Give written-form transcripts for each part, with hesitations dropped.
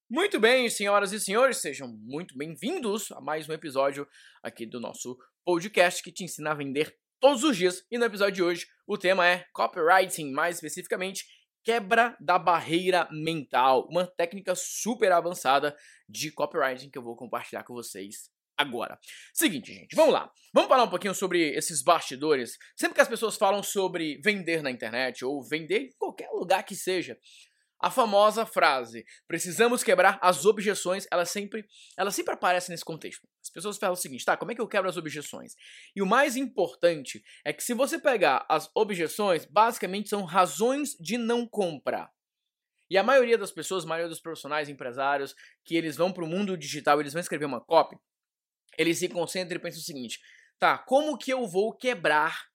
Muito bem, senhoras e senhores, sejam muito bem-vindos a mais um episódio aqui do nosso podcast que te ensina a vender todos os dias. E no episódio de hoje, o tema é copywriting, mais especificamente, quebra da barreira mental, uma técnica super avançada de copywriting que eu vou compartilhar com vocês agora. Seguinte, gente, vamos lá. Vamos falar um pouquinho sobre esses bastidores. Sempre que as pessoas falam sobre vender na internet ou vender em qualquer lugar que seja, a famosa frase, precisamos quebrar as objeções, ela sempre aparece nesse contexto. As pessoas falam o seguinte, tá, como é que eu quebro as objeções? E o mais importante é que se você pegar as objeções, basicamente são razões de não comprar. E a maioria das pessoas, a maioria dos profissionais, empresários, que eles vão para o mundo digital, eles vão escrever uma copy, eles se concentram e pensam o seguinte, tá, como que eu vou quebrar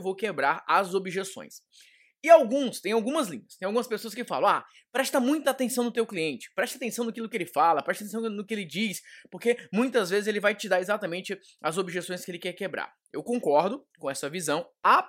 as objeções? E tem algumas linhas, tem algumas pessoas que falam, presta muita atenção no teu cliente, presta atenção naquilo que ele fala, presta atenção no que ele diz, porque muitas vezes ele vai te dar exatamente as objeções que ele quer quebrar. Eu concordo com essa visão,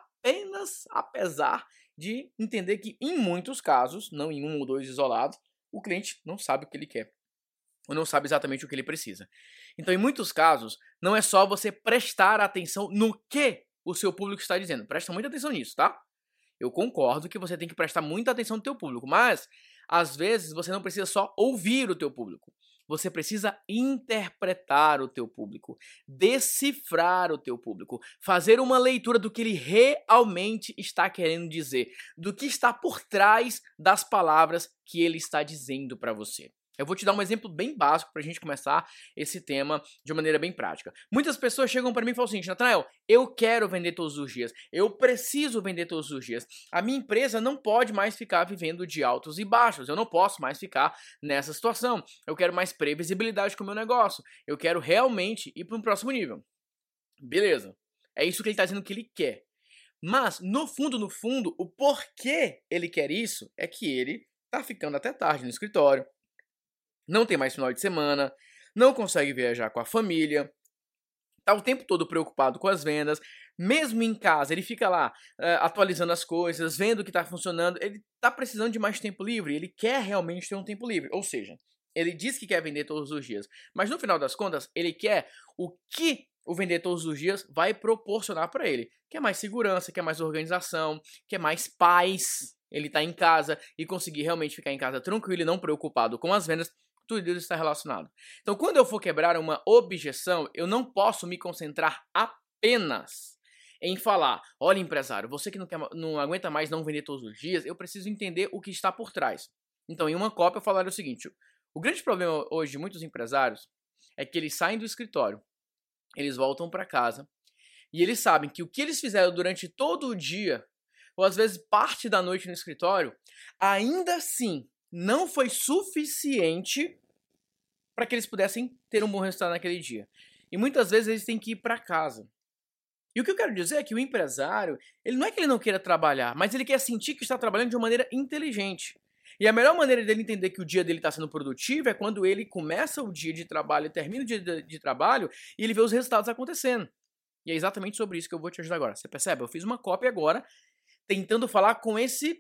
apenas apesar de entender que em muitos casos, não em um ou dois isolados, o cliente não sabe o que ele quer, ou não sabe exatamente o que ele precisa. Então, em muitos casos, não é só você prestar atenção no que o seu público está dizendo, presta muita atenção nisso, tá? Eu concordo que você tem que prestar muita atenção no teu público, mas às vezes você não precisa só ouvir o teu público. Você precisa interpretar o teu público, decifrar o teu público, fazer uma leitura do que ele realmente está querendo dizer, do que está por trás das palavras que ele está dizendo para você. Eu vou te dar um exemplo bem básico para a gente começar esse tema de maneira bem prática. Muitas pessoas chegam para mim e falam assim, Natanael, eu quero vender todos os dias, eu preciso vender todos os dias. A minha empresa não pode mais ficar vivendo de altos e baixos, eu não posso mais ficar nessa situação. Eu quero mais previsibilidade com o meu negócio, eu quero realmente ir para um próximo nível. Beleza, é isso que ele está dizendo que ele quer. Mas, no fundo, o porquê ele quer isso é que ele está ficando até tarde no escritório, não tem mais final de semana, não consegue viajar com a família, tá o tempo todo preocupado com as vendas, mesmo em casa ele fica lá atualizando as coisas, vendo o que está funcionando, ele tá precisando de mais tempo livre, ele quer realmente ter um tempo livre, ou seja, ele diz que quer vender todos os dias, mas no final das contas ele quer o que o vender todos os dias vai proporcionar para ele, quer mais segurança, quer mais organização, quer mais paz, ele tá em casa e conseguir realmente ficar em casa tranquilo e não preocupado com as vendas, tudo isso está relacionado. Então, quando eu for quebrar uma objeção, eu não posso me concentrar apenas em falar, olha empresário, você que não aguenta mais não vender todos os dias, eu preciso entender o que está por trás. Então, em uma cópia eu falaria o seguinte, o grande problema hoje de muitos empresários é que eles saem do escritório, eles voltam para casa e eles sabem que o que eles fizeram durante todo o dia, ou às vezes parte da noite no escritório, ainda assim não foi suficiente para que eles pudessem ter um bom resultado naquele dia. E muitas vezes eles têm que ir para casa. E o que eu quero dizer é que o empresário, ele não é que ele não queira trabalhar, mas ele quer sentir que está trabalhando de uma maneira inteligente. E a melhor maneira dele entender que o dia dele está sendo produtivo é quando ele começa o dia de trabalho e termina o dia de trabalho e ele vê os resultados acontecendo. E é exatamente sobre isso que eu vou te ajudar agora. Você percebe? Eu fiz uma cópia agora, tentando falar com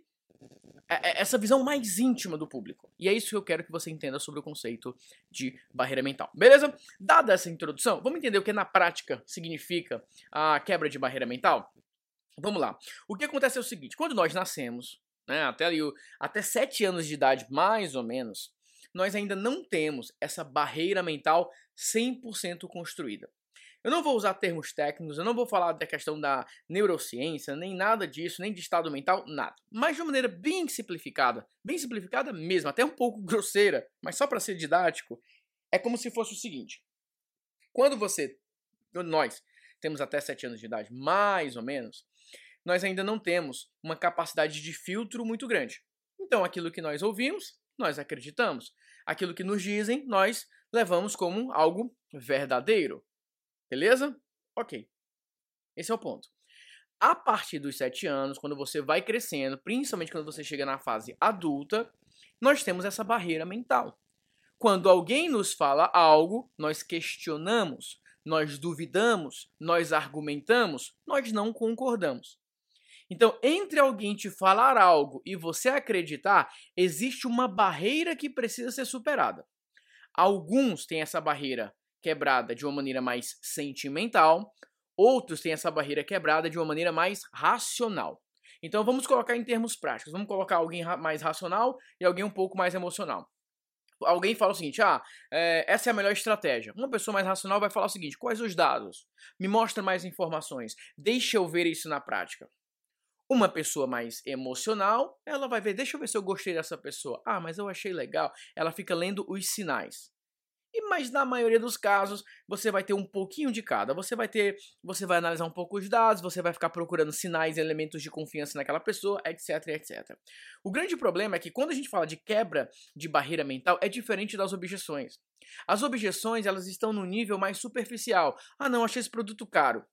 essa visão mais íntima do público. E é isso que eu quero que você entenda sobre o conceito de barreira mental. Beleza? Dada essa introdução, vamos entender o que na prática significa a quebra de barreira mental? Vamos lá. O que acontece é o seguinte, quando nós nascemos, né, até 7 anos de idade, mais ou menos, nós ainda não temos essa barreira mental 100% construída. Eu não vou usar termos técnicos, eu não vou falar da questão da neurociência, nem nada disso, nem de estado mental, nada. Mas de uma maneira bem simplificada mesmo, até um pouco grosseira, mas só para ser didático, é como se fosse o seguinte. Quando nós temos até 7 anos de idade, mais ou menos, nós ainda não temos uma capacidade de filtro muito grande. Então aquilo que nós ouvimos, nós acreditamos. Aquilo que nos dizem, nós levamos como algo verdadeiro. Beleza? Ok. Esse é o ponto. A partir dos 7 anos, quando você vai crescendo, principalmente quando você chega na fase adulta, nós temos essa barreira mental. Quando alguém nos fala algo, nós questionamos, nós duvidamos, nós argumentamos, nós não concordamos. Então, entre alguém te falar algo e você acreditar, existe uma barreira que precisa ser superada. Alguns têm essa barreira quebrada de uma maneira mais sentimental, outros têm essa barreira quebrada de uma maneira mais racional. Então vamos colocar em termos práticos, vamos colocar alguém mais racional e alguém um pouco mais emocional. Alguém fala o seguinte, essa é a melhor estratégia. Uma pessoa mais racional vai falar o seguinte, quais os dados? Me mostra mais informações, deixa eu ver isso na prática. Uma pessoa mais emocional, ela vai ver, deixa eu ver se eu gostei dessa pessoa. Ah, mas eu achei legal. Ela fica lendo os sinais. Mas na maioria dos casos, você vai ter um pouquinho de cada. Você vai analisar um pouco os dados, você vai ficar procurando sinais e elementos de confiança naquela pessoa, etc, etc. O grande problema é que quando a gente fala de quebra de barreira mental, é diferente das objeções. As objeções, elas estão no nível mais superficial. Ah, não, achei esse produto caro.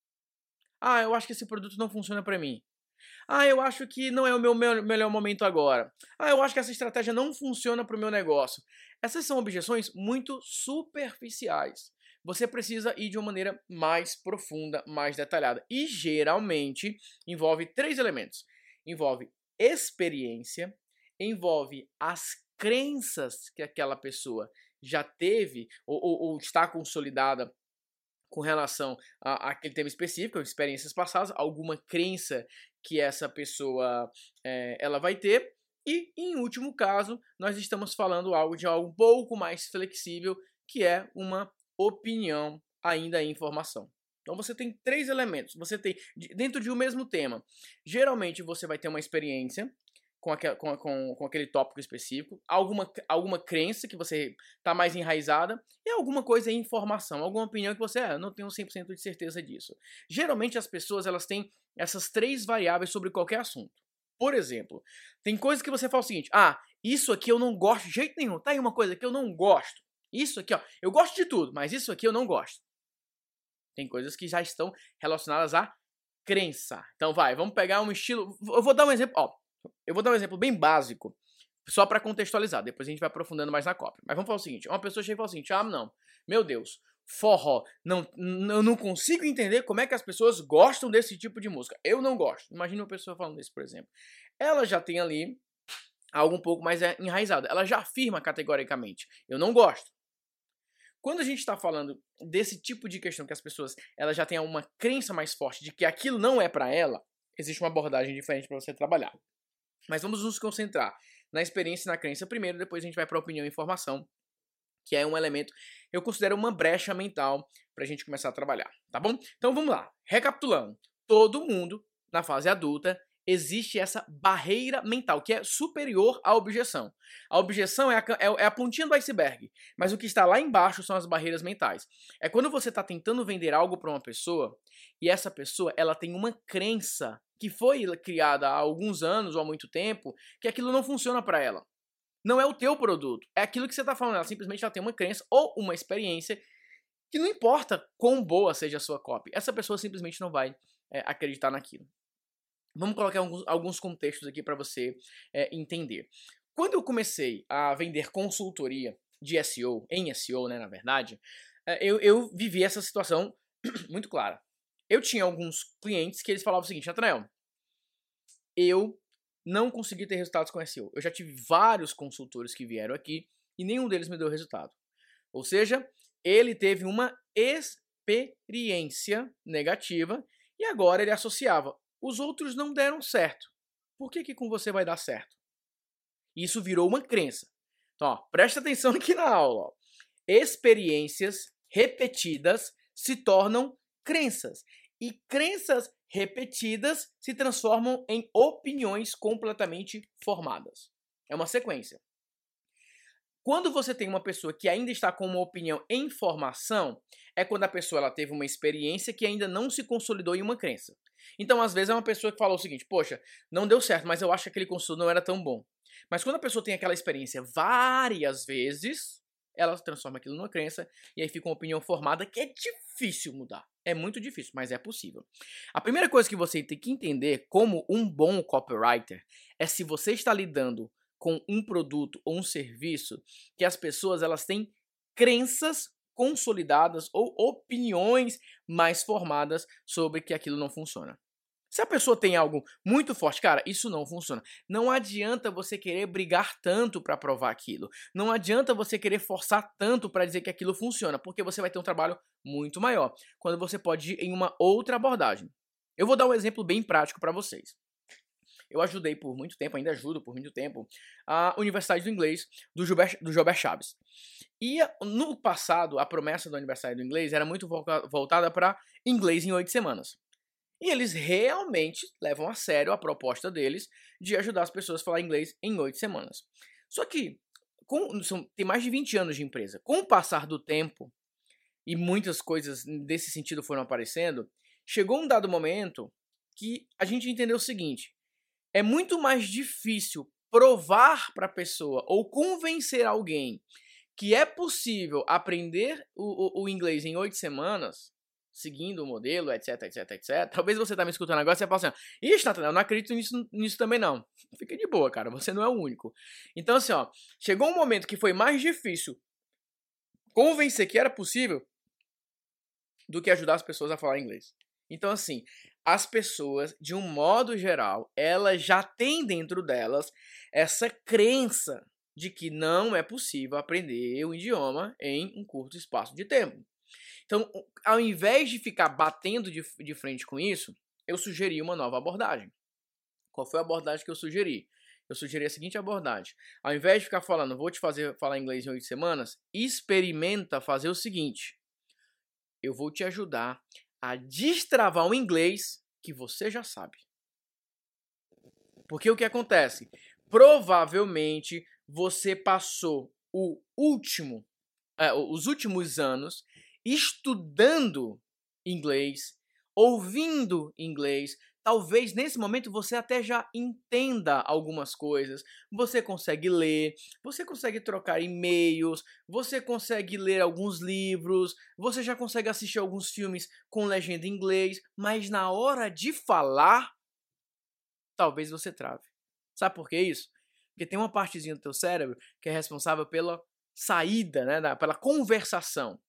Ah, eu acho que esse produto não funciona para mim. Ah, eu acho que não é o meu melhor momento agora. Ah, eu acho que essa estratégia não funciona para o meu negócio. Essas são objeções muito superficiais. Você precisa ir de uma maneira mais profunda, mais detalhada. E geralmente envolve três elementos: envolve experiência, envolve as crenças que aquela pessoa já teve ou está consolidada com relação àquele tema específico, experiências passadas, alguma crença que essa pessoa ela vai ter. E, em último caso, nós estamos falando de algo um pouco mais flexível, que é uma opinião ainda em informação. Então você tem três elementos, você tem dentro de um mesmo tema. Geralmente você vai ter uma experiência com aquele tópico específico, alguma crença que você está mais enraizada e alguma coisa em informação, alguma opinião que você não tenho 100% de certeza disso. Geralmente as pessoas elas têm essas três variáveis sobre qualquer assunto. Por exemplo, tem coisas que você fala o seguinte, isso aqui eu não gosto de jeito nenhum, tá aí uma coisa que eu não gosto. Isso aqui, eu gosto de tudo, mas isso aqui eu não gosto. Tem coisas que já estão relacionadas à crença. Então vamos pegar um estilo, eu vou dar um exemplo, eu vou dar um exemplo bem básico, só para contextualizar, depois a gente vai aprofundando mais na cópia. Mas vamos falar o seguinte, uma pessoa chega e fala o seguinte, não, meu Deus, forró, eu não consigo entender como é que as pessoas gostam desse tipo de música. Eu não gosto. Imagina uma pessoa falando isso, por exemplo. Ela já tem ali algo um pouco mais enraizado. Ela já afirma categoricamente, eu não gosto. Quando a gente está falando desse tipo de questão que as pessoas elas já têm uma crença mais forte de que aquilo não é para ela, existe uma abordagem diferente para você trabalhar. Mas vamos nos concentrar na experiência e na crença primeiro, depois a gente vai para a opinião e informação, que é um elemento, eu considero uma brecha mental para a gente começar a trabalhar, tá bom? Então vamos lá, recapitulando. Todo mundo, na fase adulta, existe essa barreira mental, que é superior à objeção. A objeção é a pontinha do iceberg, mas o que está lá embaixo são as barreiras mentais. É quando você está tentando vender algo para uma pessoa, e essa pessoa ela tem uma crença que foi criada há alguns anos ou há muito tempo, que aquilo não funciona para ela. Não é o teu produto, é aquilo que você está falando. Ela simplesmente tem uma crença ou uma experiência que não importa quão boa seja a sua copy, essa pessoa simplesmente não vai acreditar naquilo. Vamos colocar alguns contextos aqui para você entender. Quando eu comecei a vender consultoria de SEO, em SEO, né, na verdade, eu vivi essa situação muito clara. Eu tinha alguns clientes que eles falavam o seguinte, Natanael, eu não consegui ter resultados com SEO. Eu já tive vários consultores que vieram aqui e nenhum deles me deu resultado. Ou seja, ele teve uma experiência negativa e agora ele associava. Os outros não deram certo. Por que com você vai dar certo? Isso virou uma crença. Então, presta atenção aqui na aula. Experiências repetidas se tornam crenças. E crenças repetidas se transformam em opiniões completamente formadas. É uma sequência. Quando você tem uma pessoa que ainda está com uma opinião em formação, é quando a pessoa ela teve uma experiência que ainda não se consolidou em uma crença. Então, às vezes, é uma pessoa que falou o seguinte, poxa, não deu certo, mas eu acho que aquele consultor não era tão bom. Mas quando a pessoa tem aquela experiência várias vezes, ela transforma aquilo numa crença e aí fica uma opinião formada que é difícil mudar. É muito difícil, mas é possível. A primeira coisa que você tem que entender como um bom copywriter é se você está lidando com um produto ou um serviço que as pessoas elas têm crenças consolidadas ou opiniões mais formadas sobre que aquilo não funciona. Se a pessoa tem algo muito forte, cara, isso não funciona. Não adianta você querer brigar tanto para provar aquilo. Não adianta você querer forçar tanto para dizer que aquilo funciona, porque você vai ter um trabalho muito maior, quando você pode ir em uma outra abordagem. Eu vou dar um exemplo bem prático para vocês. Eu ajudei por muito tempo, ainda ajudo por muito tempo, a Universidade do Inglês do Gilbert Chaves. E no passado, a promessa da Universidade do Inglês era muito voltada para inglês em 8 semanas. E eles realmente levam a sério a proposta deles de ajudar as pessoas a falar inglês em 8 semanas. Só que tem mais de 20 anos de empresa. Com o passar do tempo, e muitas coisas desse sentido foram aparecendo, chegou um dado momento que a gente entendeu o seguinte: é muito mais difícil provar para a pessoa ou convencer alguém que é possível aprender o inglês em 8 semanas, seguindo o modelo, etc, etc, etc. Talvez você tá me escutando agora e você fala assim, ixi, Nathanael, eu não acredito nisso também não. Fica de boa, cara, você não é o único. Então assim, ó, chegou um momento que foi mais difícil convencer que era possível do que ajudar as pessoas a falar inglês. Então assim, as pessoas, de um modo geral, elas já têm dentro delas essa crença de que não é possível aprender um idioma em um curto espaço de tempo. Então, ao invés de ficar batendo de frente com isso, eu sugeri uma nova abordagem. Qual foi a abordagem que eu sugeri? Eu sugeri a seguinte abordagem. Ao invés de ficar falando, vou te fazer falar inglês em 8 semanas, experimenta fazer o seguinte. Eu vou te ajudar a destravar o inglês que você já sabe. Porque o que acontece? Provavelmente você passou os últimos anos estudando inglês, ouvindo inglês. Talvez nesse momento você até já entenda algumas coisas. Você consegue ler, você consegue trocar e-mails, você consegue ler alguns livros, você já consegue assistir alguns filmes com legenda em inglês, mas na hora de falar, talvez você trave. Sabe por que isso? Porque tem uma partezinha do teu cérebro que é responsável pela saída, né, pela conversação.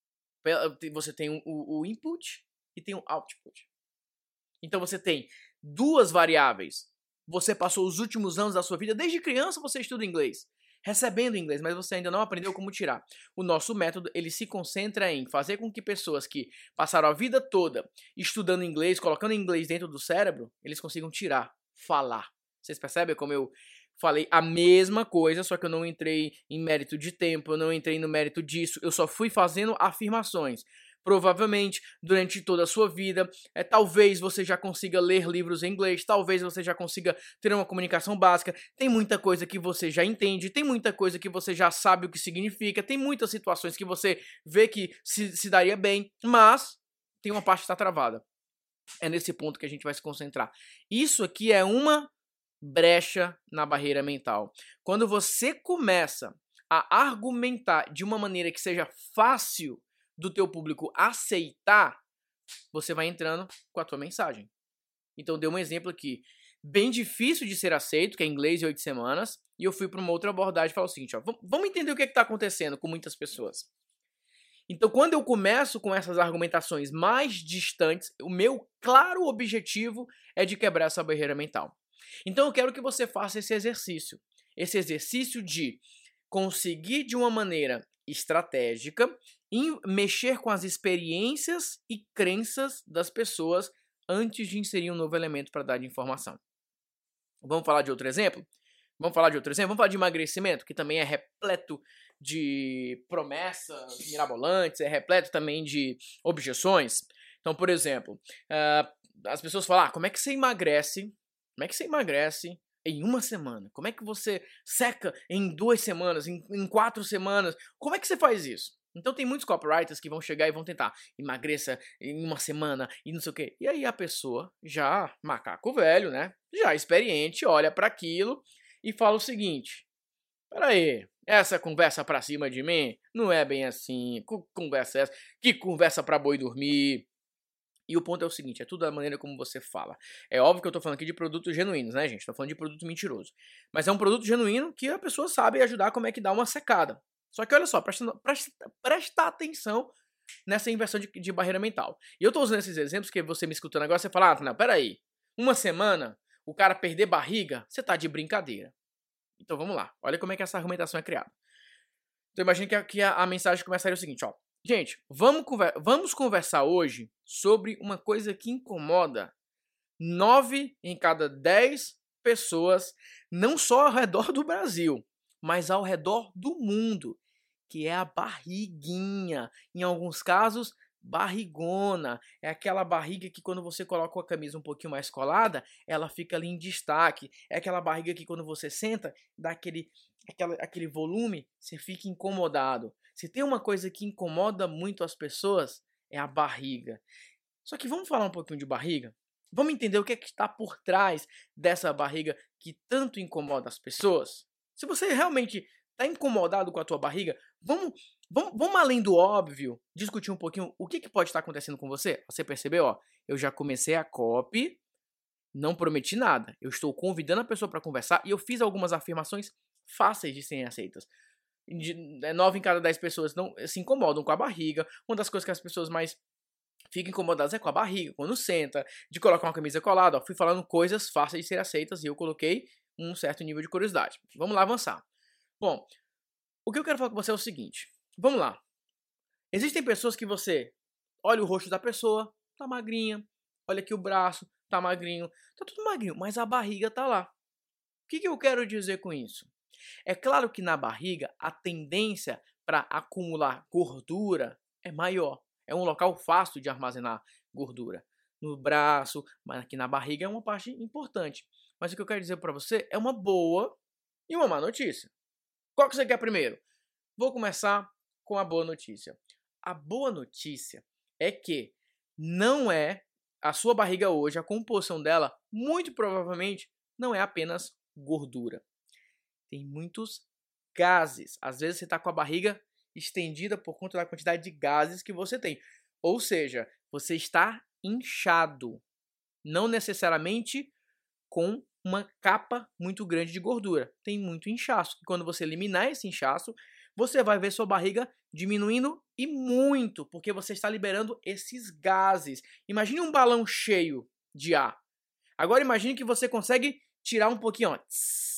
Você tem o input e tem o output. Então você tem duas variáveis. Você passou os últimos anos da sua vida, desde criança você estuda inglês, recebendo inglês, mas você ainda não aprendeu como tirar. O nosso método, ele se concentra em fazer com que pessoas que passaram a vida toda estudando inglês, colocando inglês dentro do cérebro, eles consigam tirar, falar. Vocês percebem como eu falei a mesma coisa, só que eu não entrei em mérito de tempo, eu não entrei no mérito disso, eu só fui fazendo afirmações. Provavelmente, durante toda a sua vida, talvez você já consiga ler livros em inglês, talvez você já consiga ter uma comunicação básica, tem muita coisa que você já entende, tem muita coisa que você já sabe o que significa, tem muitas situações que você vê que se daria bem, mas tem uma parte que está travada. É nesse ponto que a gente vai se concentrar. Isso aqui é uma brecha na barreira mental. Quando você começa a argumentar de uma maneira que seja fácil do teu público aceitar, você vai entrando com a tua mensagem. Então, dei um exemplo aqui, bem difícil de ser aceito, que é inglês em 8 semanas, e eu fui para uma outra abordagem e falo o seguinte, ó, vamos entender o que está acontecendo com muitas pessoas. Então, quando eu começo com essas argumentações mais distantes, o meu claro objetivo é de quebrar essa barreira mental. Então eu quero que você faça esse exercício de conseguir de uma maneira estratégica mexer com as experiências e crenças das pessoas antes de inserir um novo elemento para dar de informação. Vamos falar de outro exemplo? Vamos falar de emagrecimento, que também é repleto de promessas mirabolantes, é repleto também de objeções. Então, por exemplo, as pessoas falam, como é que você emagrece? Como é que você emagrece em 1 semana? Como é que você seca em 2 semanas, em 4 semanas? Como é que você faz isso? Então tem muitos copywriters que vão chegar e vão tentar emagreça em 1 semana e não sei o quê. E aí a pessoa, já macaco velho, né? Já experiente, olha para aquilo e fala o seguinte: peraí, essa conversa pra cima de mim não é bem assim. Que conversa é essa? Que conversa pra boi dormir? E o ponto é o seguinte, é tudo da maneira como você fala. É óbvio que eu tô falando aqui de produtos genuínos, né, gente? Tô falando de produto mentiroso. Mas é um produto genuíno que a pessoa sabe ajudar como é que dá uma secada. Só que olha só, presta atenção nessa inversão de barreira mental. E eu tô usando esses exemplos que você me escutando agora, você fala, não, peraí. Uma semana, o cara perder barriga, você tá de brincadeira. Então vamos lá, olha como é que essa argumentação é criada. Então imagine que a mensagem começaria o seguinte, ó. Gente, vamos conversar hoje sobre uma coisa que incomoda 9 em cada 10 pessoas, não só ao redor do Brasil, mas ao redor do mundo, que é a barriguinha. Em alguns casos, barrigona. É aquela barriga que quando você coloca a camisa um pouquinho mais colada, ela fica ali em destaque. É aquela barriga que quando você senta, dá aquele volume, você fica incomodado. Se tem uma coisa que incomoda muito as pessoas, é a barriga. Só que vamos falar um pouquinho de barriga? Vamos entender o que é que está por trás dessa barriga que tanto incomoda as pessoas? Se você realmente está incomodado com a tua barriga, vamos além do óbvio, discutir um pouquinho o que pode estar acontecendo com você? Você percebeu? Ó, eu já comecei a copy, não prometi nada. Eu estou convidando a pessoa para conversar e eu fiz algumas afirmações fáceis de serem aceitas. 9 em cada 10 pessoas não se incomodam com a barriga. Uma das coisas que as pessoas mais ficam incomodadas é com a barriga, quando senta, de colocar uma camisa colada. Ó, fui falando coisas fáceis de serem aceitas e eu coloquei um certo nível de curiosidade. Vamos lá avançar. Bom, o que eu quero falar com você é o seguinte. Vamos lá. Existem pessoas que você olha o rosto da pessoa, tá magrinha. Olha aqui o braço, tá magrinho. Tá tudo magrinho, mas a barriga tá lá. O que eu quero dizer com isso? É claro que na barriga a tendência para acumular gordura é maior. É um local fácil de armazenar gordura. No braço, mas aqui na barriga é uma parte importante. Mas o que eu quero dizer para você é uma boa e uma má notícia. Qual que você quer primeiro? Vou começar com a boa notícia. A boa notícia é que não é a sua barriga hoje, a composição dela, muito provavelmente não é apenas gordura. Tem muitos gases. Às vezes você está com a barriga estendida por conta da quantidade de gases que você tem. Ou seja, você está inchado. Não necessariamente com uma capa muito grande de gordura. Tem muito inchaço. E quando você eliminar esse inchaço, você vai ver sua barriga diminuindo e muito, porque você está liberando esses gases. Imagine um balão cheio de ar. Agora imagine que você consegue tirar um pouquinho, ó.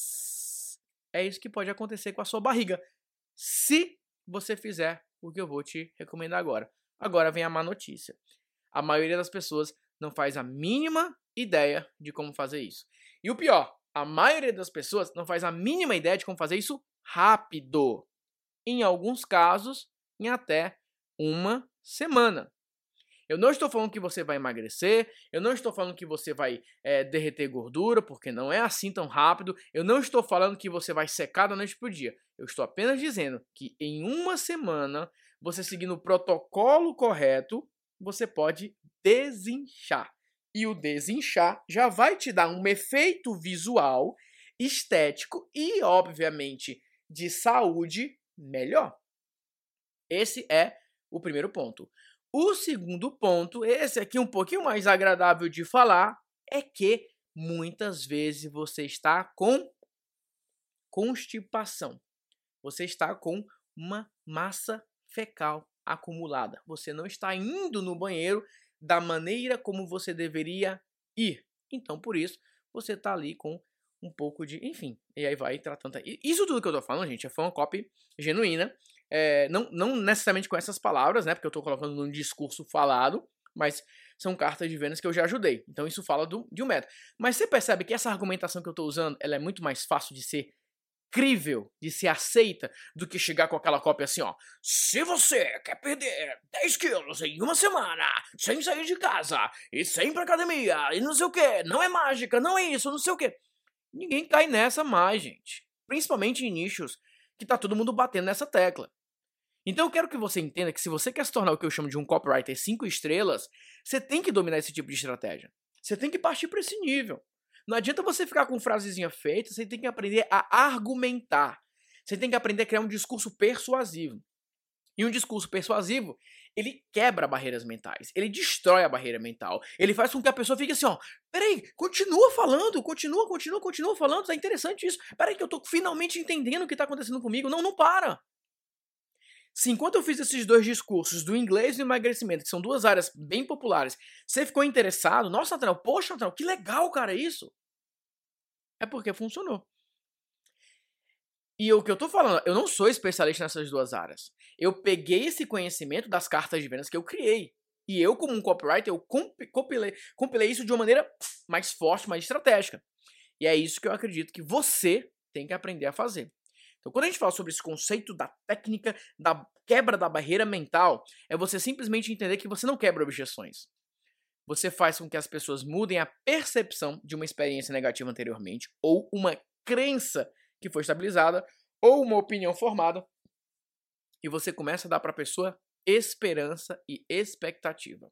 É isso que pode acontecer com a sua barriga, se você fizer o que eu vou te recomendar agora. Agora vem a má notícia. A maioria das pessoas não faz a mínima ideia de como fazer isso. E o pior, a maioria das pessoas não faz a mínima ideia de como fazer isso rápido. Em alguns casos, em até uma semana. Eu não estou falando que você vai emagrecer, eu não estou falando que você vai derreter gordura, porque não é assim tão rápido. Eu não estou falando que você vai secar da noite para o dia. Eu estou apenas dizendo que em uma semana, você seguindo o protocolo correto, você pode desinchar. E o desinchar já vai te dar um efeito visual, estético e, obviamente, de saúde melhor. Esse é o primeiro ponto. O segundo ponto, esse aqui um pouquinho mais agradável de falar, é que muitas vezes você está com constipação. Você está com uma massa fecal acumulada. Você não está indo no banheiro da maneira como você deveria ir. Então, por isso, você está ali com um pouco de... Enfim, e aí vai tratando... Isso tudo que eu tô falando, gente, foi uma copy genuína. Não necessariamente com essas palavras, né? Porque eu tô colocando num discurso falado, mas são cartas de Vênus que eu já ajudei. Então isso fala de um método. Mas você percebe que essa argumentação que eu tô usando, ela é muito mais fácil de ser crível, de ser aceita, do que chegar com aquela cópia assim, ó. Se você quer perder 10 quilos em uma semana, sem sair de casa, e sem ir pra academia, e não sei o que, não é mágica, não é isso, não sei o que. Ninguém cai nessa mais, gente. Principalmente em nichos que tá todo mundo batendo nessa tecla. Então eu quero que você entenda que se você quer se tornar o que eu chamo de um copywriter 5 estrelas, você tem que dominar esse tipo de estratégia. Você tem que partir para esse nível. Não adianta você ficar com frasezinha feita, você tem que aprender a argumentar. Você tem que aprender a criar um discurso persuasivo. E um discurso persuasivo, ele quebra barreiras mentais, ele destrói a barreira mental, ele faz com que a pessoa fique assim, ó, peraí, continua falando, continua falando, tá interessante isso, peraí que eu tô finalmente entendendo o que tá acontecendo comigo, não para. Se enquanto eu fiz esses 2 discursos, do inglês e do emagrecimento, que são 2 áreas bem populares, você ficou interessado, nossa, Nathanael, poxa, Nathanael, que legal, cara, isso. É porque funcionou. E o que eu tô falando, eu não sou especialista nessas 2 áreas. Eu peguei esse conhecimento das cartas de vendas que eu criei. E eu, como um copywriter, eu compilei isso de uma maneira mais forte, mais estratégica. E é isso que eu acredito que você tem que aprender a fazer. Então, quando a gente fala sobre esse conceito da técnica da quebra da barreira mental, é você simplesmente entender que você não quebra objeções. Você faz com que as pessoas mudem a percepção de uma experiência negativa anteriormente, ou uma crença que foi estabilizada, ou uma opinião formada, e você começa a dar para a pessoa esperança e expectativa.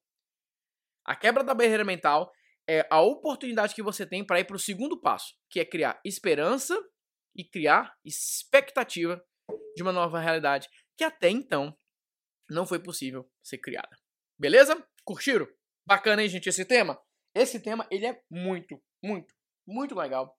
A quebra da barreira mental é a oportunidade que você tem para ir para o segundo passo, que é criar esperança e criar expectativa de uma nova realidade que até então não foi possível ser criada. Beleza? Curtiram? Bacana, hein, gente, esse tema? Esse tema, ele é muito, muito, muito legal.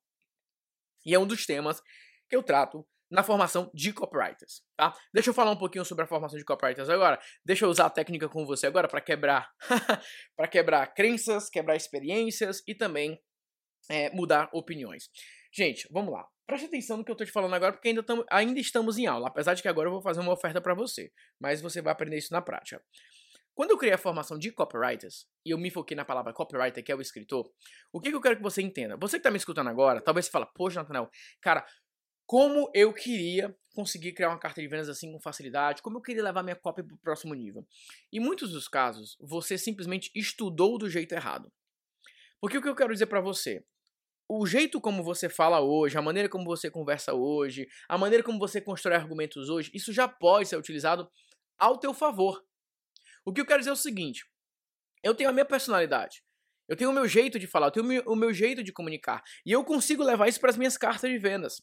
E é um dos temas que eu trato na formação de copywriters, tá? Deixa eu falar um pouquinho sobre a formação de copywriters agora. Deixa eu usar a técnica com você agora para quebrar para quebrar crenças, quebrar experiências e também mudar opiniões. Gente, vamos lá. Preste atenção no que eu tô te falando agora, porque ainda estamos em aula, apesar de que agora eu vou fazer uma oferta para você, mas você vai aprender isso na prática. Quando eu criei a formação de copywriters, e eu me foquei na palavra copywriter, que é o escritor, o que eu quero que você entenda? Você que tá me escutando agora, talvez você fala, poxa, Nathanael, cara, como eu queria conseguir criar uma carta de vendas assim com facilidade, como eu queria levar minha copy pro próximo nível. Em muitos dos casos, você simplesmente estudou do jeito errado. Porque o que eu quero dizer para você? O jeito como você fala hoje, a maneira como você conversa hoje, a maneira como você constrói argumentos hoje, isso já pode ser utilizado ao teu favor. O que eu quero dizer é o seguinte, eu tenho a minha personalidade, eu tenho o meu jeito de falar, eu tenho o meu jeito de comunicar, e eu consigo levar isso para as minhas cartas de vendas.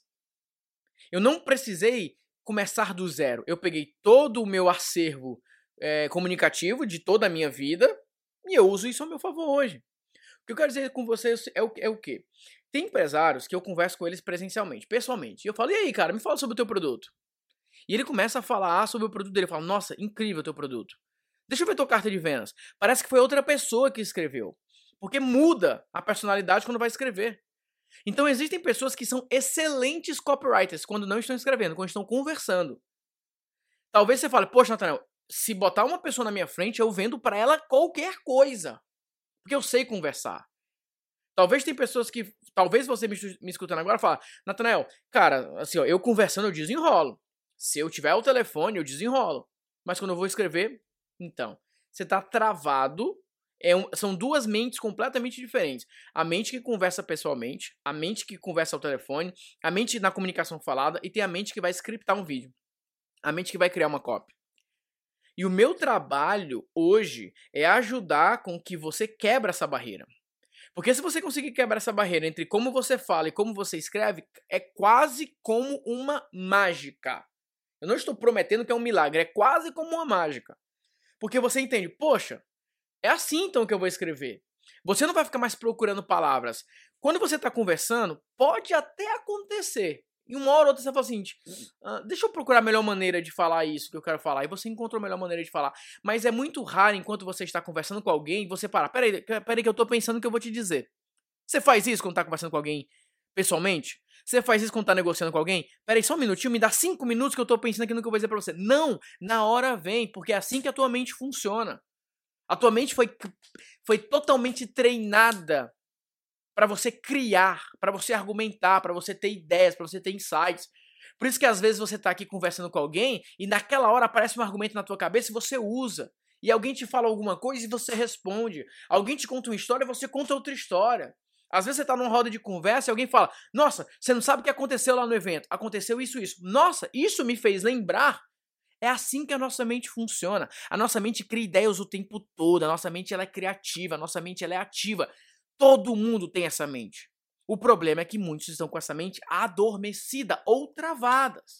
Eu não precisei começar do zero, eu peguei todo o meu acervo comunicativo de toda a minha vida, e eu uso isso ao meu favor hoje. O que eu quero dizer com vocês é o quê? Tem empresários que eu converso com eles presencialmente, pessoalmente. E eu falo, e aí, cara, me fala sobre o teu produto. E ele começa a falar sobre o produto dele. Eu falo, nossa, incrível o teu produto. Deixa eu ver tua carta de vendas. Parece que foi outra pessoa que escreveu. Porque muda a personalidade quando vai escrever. Então existem pessoas que são excelentes copywriters quando não estão escrevendo, quando estão conversando. Talvez você fale, poxa, Nathanael, se botar uma pessoa na minha frente, eu vendo para ela qualquer coisa. Porque eu sei conversar. Talvez tem pessoas que... Talvez você me escutando agora fala, Nathanael, cara, assim, ó, eu conversando eu desenrolo. Se eu tiver o telefone, eu desenrolo. Mas quando eu vou escrever, então, você tá travado. São 2 mentes completamente diferentes. A mente que conversa pessoalmente, a mente que conversa ao telefone, a mente na comunicação falada e tem a mente que vai scriptar um vídeo. A mente que vai criar uma copy. E o meu trabalho hoje é ajudar com que você quebre essa barreira. Porque se você conseguir quebrar essa barreira entre como você fala e como você escreve, é quase como uma mágica. Eu não estou prometendo que é um milagre, é quase como uma mágica. Porque você entende, poxa, é assim então que eu vou escrever. Você não vai ficar mais procurando palavras. Quando você está conversando, pode até acontecer. E uma hora ou outra você fala assim, deixa eu procurar a melhor maneira de falar isso que eu quero falar. E você encontra a melhor maneira de falar. Mas é muito raro enquanto você está conversando com alguém, você para. Peraí que eu tô pensando o que eu vou te dizer. Você faz isso quando tá conversando com alguém pessoalmente? Você faz isso quando tá negociando com alguém? Peraí, só um minutinho, me dá 5 minutos que eu tô pensando aqui no que eu vou dizer pra você. Não, na hora vem, porque é assim que a tua mente funciona. A tua mente foi totalmente treinada para você criar, para você argumentar, para você ter ideias, para você ter insights. Por isso que às vezes você tá aqui conversando com alguém e naquela hora aparece um argumento na tua cabeça e você usa. E alguém te fala alguma coisa e você responde. Alguém te conta uma história e você conta outra história. Às vezes você tá numa roda de conversa e alguém fala, nossa, você não sabe o que aconteceu lá no evento. Aconteceu isso, isso. Nossa, isso me fez lembrar. É assim que a nossa mente funciona. A nossa mente cria ideias o tempo todo. A nossa mente ela é criativa, a nossa mente ela é ativa. Todo mundo tem essa mente. O problema é que muitos estão com essa mente adormecida ou travadas.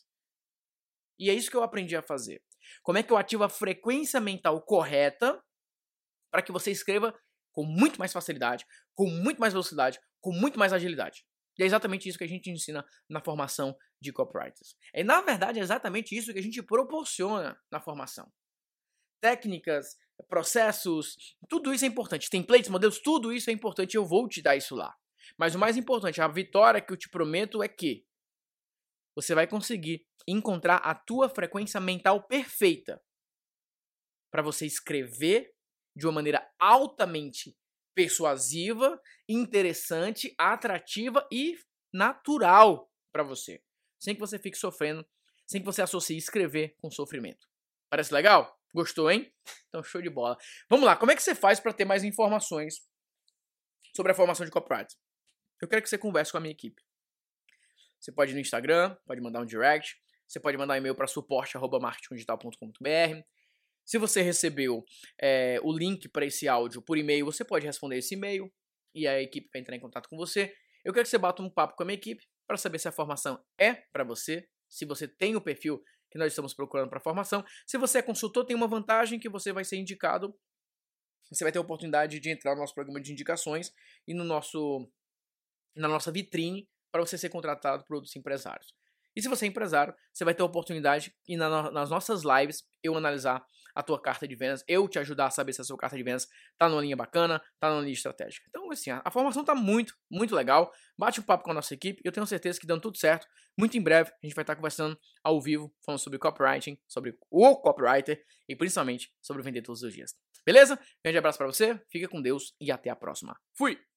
E é isso que eu aprendi a fazer. Como é que eu ativo a frequência mental correta para que você escreva com muito mais facilidade, com muito mais velocidade, com muito mais agilidade. E é exatamente isso que a gente ensina na formação de copywriters. Na verdade, é exatamente isso que a gente proporciona na formação. Técnicas, processos, tudo isso é importante. Templates, modelos, tudo isso é importante. Eu vou te dar isso lá. Mas o mais importante, a vitória que eu te prometo é que você vai conseguir encontrar a tua frequência mental perfeita para você escrever de uma maneira altamente persuasiva, interessante, atrativa e natural para você. Sem que você fique sofrendo, sem que você associe escrever com sofrimento. Parece legal? Gostou, hein? Então, show de bola. Vamos lá, como é que você faz para ter mais informações sobre a formação de copyright? Eu quero que você converse com a minha equipe. Você pode ir no Instagram, pode mandar um direct, você pode mandar um e-mail para suporte@marketingdigital.com.br. Se você recebeu o link para esse áudio por e-mail, você pode responder esse e-mail e a equipe vai entrar em contato com você. Eu quero que você bata um papo com a minha equipe para saber se a formação é para você, se você tem o perfil que nós estamos procurando para a formação. Se você é consultor, tem uma vantagem que você vai ser indicado, você vai ter a oportunidade de entrar no nosso programa de indicações e na nossa vitrine para você ser contratado por outros empresários. E se você é empresário, você vai ter a oportunidade de, nas nossas lives, eu analisar a tua carta de vendas, eu te ajudar a saber se a sua carta de vendas tá numa linha bacana, tá numa linha estratégica. Então, assim, a formação tá muito, muito legal. Bate um papo com a nossa equipe, eu tenho certeza que dando tudo certo, muito em breve a gente vai estar conversando ao vivo, falando sobre copywriting, sobre o copywriter e principalmente sobre vender todos os dias. Beleza? Grande abraço para você, fica com Deus e até a próxima. Fui!